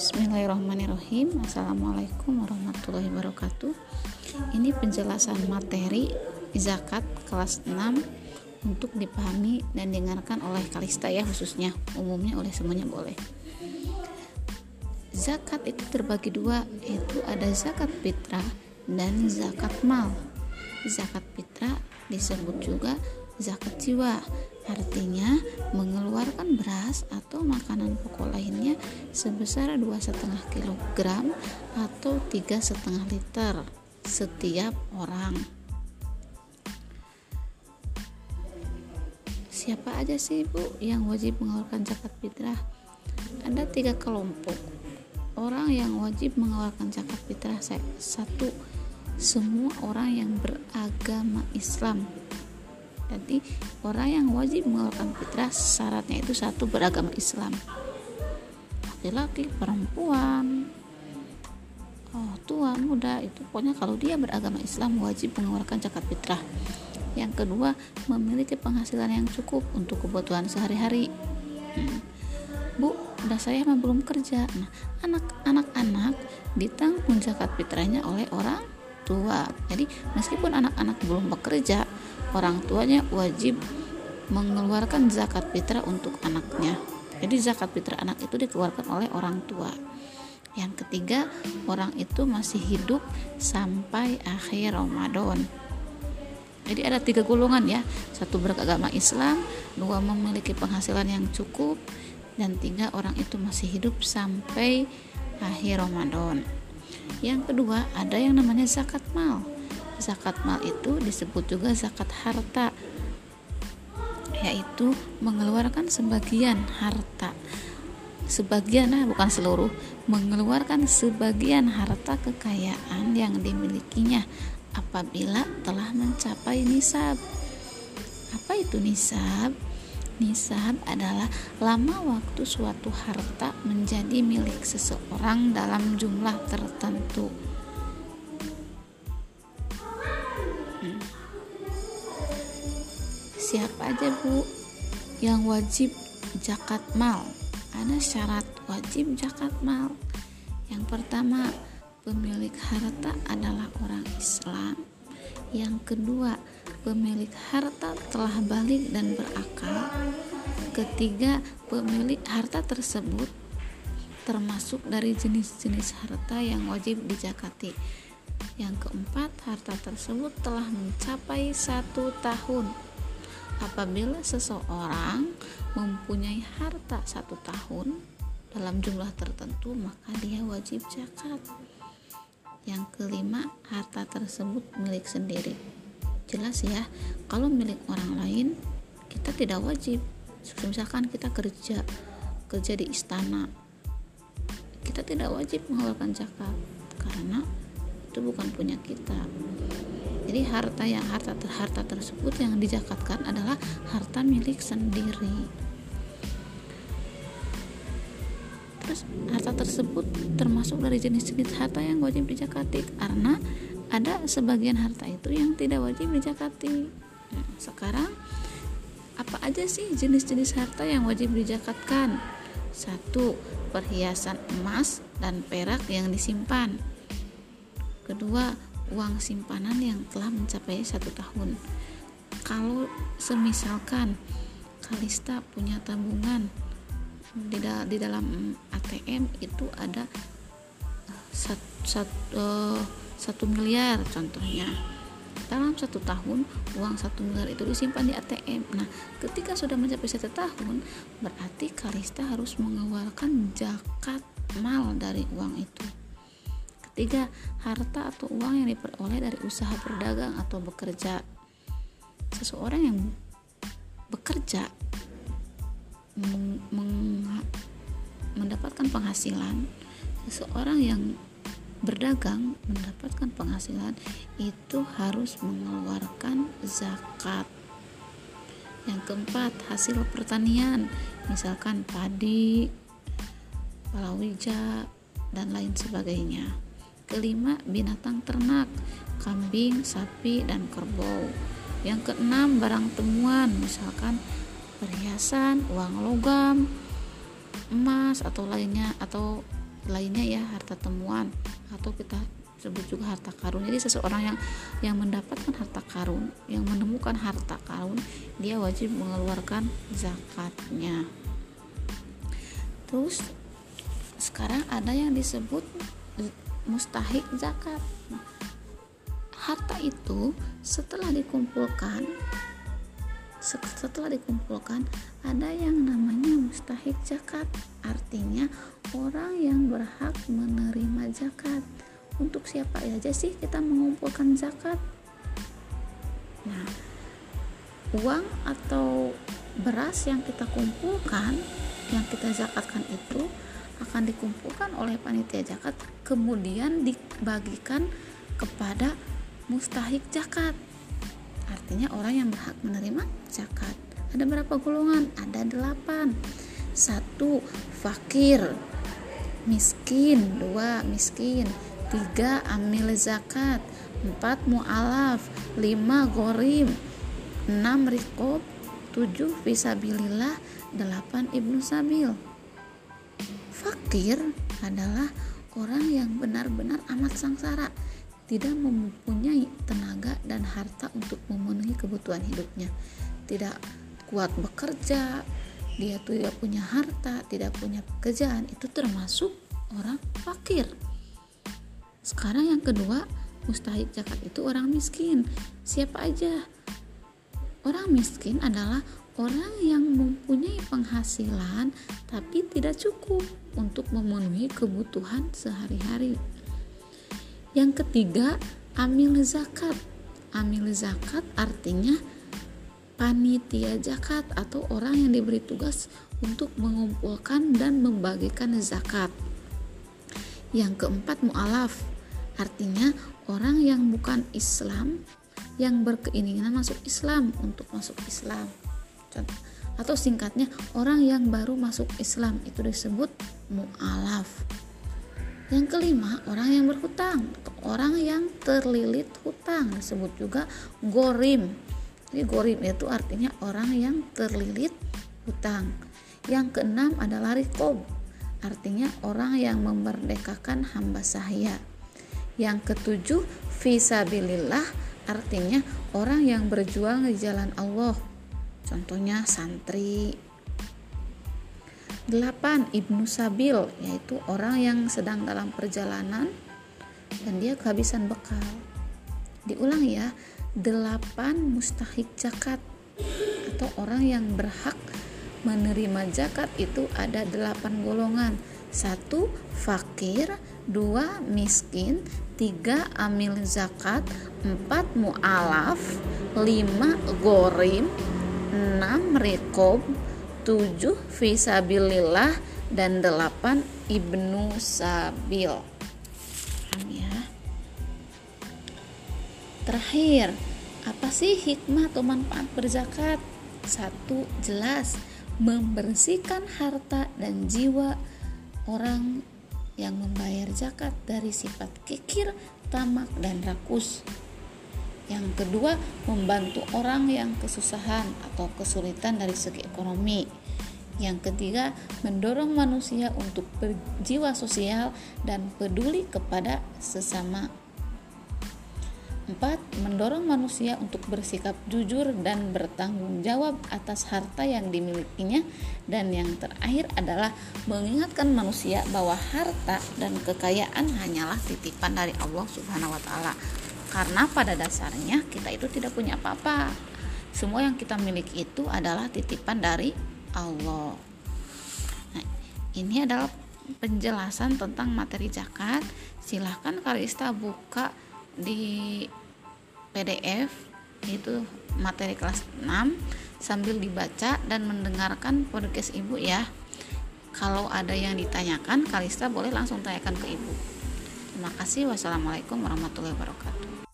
Bismillahirrahmanirrahim. Assalamualaikum warahmatullahi wabarakatuh. Ini penjelasan materi zakat kelas 6 untuk dipahami dan didengarkan oleh Kalista ya, khususnya, umumnya oleh semuanya boleh. Zakat itu terbagi dua, yaitu ada zakat fitrah dan zakat mal. Zakat fitrah disebut juga zakat jiwa, artinya mengeluarkan beras atau makanan pokok lainnya sebesar 2,5 kg atau 3,5 liter setiap orang. Siapa aja sih Bu yang wajib mengeluarkan zakat fitrah? Ada 3 kelompok orang yang wajib mengeluarkan zakat fitrah. Satu, semua orang yang beragama Islam. Jadi orang yang wajib mengeluarkan fitrah syaratnya itu satu, beragama Islam, laki-laki, perempuan, tua, muda, itu pokoknya kalau dia beragama Islam wajib mengeluarkan zakat fitrah. Yang kedua, memiliki penghasilan yang cukup untuk kebutuhan sehari-hari. Bu, udah saya mah belum kerja. Nah, anak-anak ditanggung zakat fitrahnya oleh orang tua. Jadi meskipun anak-anak belum bekerja, orang tuanya wajib mengeluarkan zakat fitrah untuk anaknya. Jadi zakat fitrah anak itu dikeluarkan oleh orang tua. Yang ketiga, orang itu masih hidup sampai akhir Ramadan. Jadi ada 3 golongan ya. 1, beragama Islam, 2, memiliki penghasilan yang cukup, dan 3, orang itu masih hidup sampai akhir Ramadan. Yang kedua, ada yang namanya zakat mal. Zakat mal itu disebut juga zakat harta, yaitu mengeluarkan sebagian harta, bukan seluruh, mengeluarkan sebagian harta kekayaan yang dimilikinya apabila telah mencapai nisab. Apa itu nisab? Nisab adalah lama waktu suatu harta menjadi milik seseorang dalam jumlah tertentu. Siapa aja Bu yang wajib zakat mal? Ada syarat wajib zakat mal. Yang pertama, pemilik harta adalah orang Islam. Yang kedua, pemilik harta telah balik dan berakal. Ketiga, pemilik harta tersebut termasuk dari jenis-jenis harta yang wajib dizakati. Yang keempat, harta tersebut telah mencapai 1 tahun. Apabila seseorang mempunyai harta 1 tahun dalam jumlah tertentu, maka dia wajib zakat. Yang kelima, harta tersebut milik sendiri. Jelas ya, kalau milik orang lain kita tidak wajib. Misalkan kita kerja di istana, kita tidak wajib mengeluarkan zakat karena itu bukan punya kita. Jadi harta tersebut yang dizakatkan adalah harta milik sendiri. Terus harta tersebut termasuk dari jenis-jenis harta yang wajib dizakati, karena ada sebagian harta itu yang tidak wajib dizakati. Nah, sekarang apa aja sih jenis-jenis harta yang wajib dizakatkan? 1, perhiasan emas dan perak yang disimpan. Kedua, uang simpanan yang telah mencapai 1 tahun. Kalau semisalkan Kalista punya tabungan di dalam ATM itu ada 1 miliar contohnya, dalam 1 tahun uang 1 miliar itu disimpan di ATM. Nah, ketika sudah mencapai 1 tahun, berarti Kalista harus mengeluarkan zakat mal dari uang itu. Ketiga, harta atau uang yang diperoleh dari usaha berdagang atau bekerja. Seseorang yang bekerja mendapatkan penghasilan, seseorang yang berdagang mendapatkan penghasilan, itu harus mengeluarkan zakat. Yang keempat, hasil pertanian, misalkan padi, palawija, dan lain sebagainya. Kelima, binatang ternak, kambing, sapi, dan kerbau. Yang keenam, barang temuan, misalkan perhiasan, uang logam, emas atau lainnya, atau lainnya ya, harta temuan atau kita sebut juga harta karun. Jadi seseorang yang mendapatkan harta karun, yang menemukan harta karun, dia wajib mengeluarkan zakatnya. Terus sekarang ada yang disebut mustahik zakat. Harta itu setelah dikumpulkan ada yang namanya mustahik zakat, artinya orang yang berhak menerima zakat. Untuk siapa aja sih kita mengumpulkan zakat? Nah, uang atau beras yang kita kumpulkan, yang kita zakatkan itu akan dikumpulkan oleh panitia zakat, kemudian dibagikan kepada mustahik zakat, artinya orang yang berhak menerima zakat. Ada berapa golongan? Ada 8. 1. Fakir, miskin. 2. Miskin. 3. Amil zakat. 4. Mu'alaf. 5. Ghorim. 6. Riqob. 7. Fisabilillah. 8. Ibnu Sabil. Fakir adalah orang yang benar-benar amat sengsara, tidak mempunyai tenaga dan harta untuk memenuhi kebutuhan hidupnya, tidak kuat bekerja, dia tidak punya harta, tidak punya pekerjaan, itu termasuk orang fakir. Sekarang yang kedua, mustahik zakat itu orang miskin. Siapa aja? Orang miskin adalah orang yang mempunyai penghasilan tapi tidak cukup untuk memenuhi kebutuhan sehari-hari. Yang ketiga, amil zakat. Amil zakat artinya panitia zakat atau orang yang diberi tugas untuk mengumpulkan dan membagikan zakat. Yang keempat, mu'alaf. Artinya orang yang bukan Islam, yang berkeinginan masuk Islam, untuk masuk Islam. Atau singkatnya, orang yang baru masuk Islam, itu disebut mu'alaf. Yang kelima, orang yang berhutang atau orang yang terlilit hutang, disebut juga ghorim. Jadi ghorim itu artinya orang yang terlilit hutang. Yang keenam adalah riqob, artinya orang yang memerdekakan hamba sahaya. Yang ketujuh, fisabilillah, artinya orang yang berjuang di jalan Allah, contohnya santri. 8. Ibnu Sabil, yaitu orang yang sedang dalam perjalanan dan dia kehabisan bekal. Diulang ya, 8 mustahik zakat atau orang yang berhak menerima zakat itu ada 8 golongan. 1. Fakir. 2. Miskin. 3. Amil zakat. 4. Mu'alaf. 5. Ghorim. 6. Riqob. 7. Fisabilillah. Dan 8. Ibnu Sabil. Ya. Terakhir, apa sih hikmah atau manfaat berzakat? 1. Jelas, membersihkan harta dan jiwa orang yang membayar zakat dari sifat kikir, tamak, dan rakus. Yang kedua, membantu orang yang kesusahan atau kesulitan dari segi ekonomi. Yang ketiga, mendorong manusia untuk berjiwa sosial dan peduli kepada sesama. 4. Mendorong manusia untuk bersikap jujur dan bertanggung jawab atas harta yang dimilikinya. Dan yang terakhir adalah mengingatkan manusia bahwa harta dan kekayaan hanyalah titipan dari Allah Subhanahu wa Ta'ala. Karena pada dasarnya kita itu tidak punya apa-apa. Semua yang kita miliki itu adalah titipan dari Allah. Nah, ini adalah penjelasan tentang materi zakat. Silahkan Kalista buka di PDF, itu materi kelas 6, sambil dibaca dan mendengarkan podcast ibu ya. Kalau ada yang ditanyakan, Kalista boleh langsung tanyakan ke ibu. Terima kasih. Wassalamualaikum warahmatullahi wabarakatuh.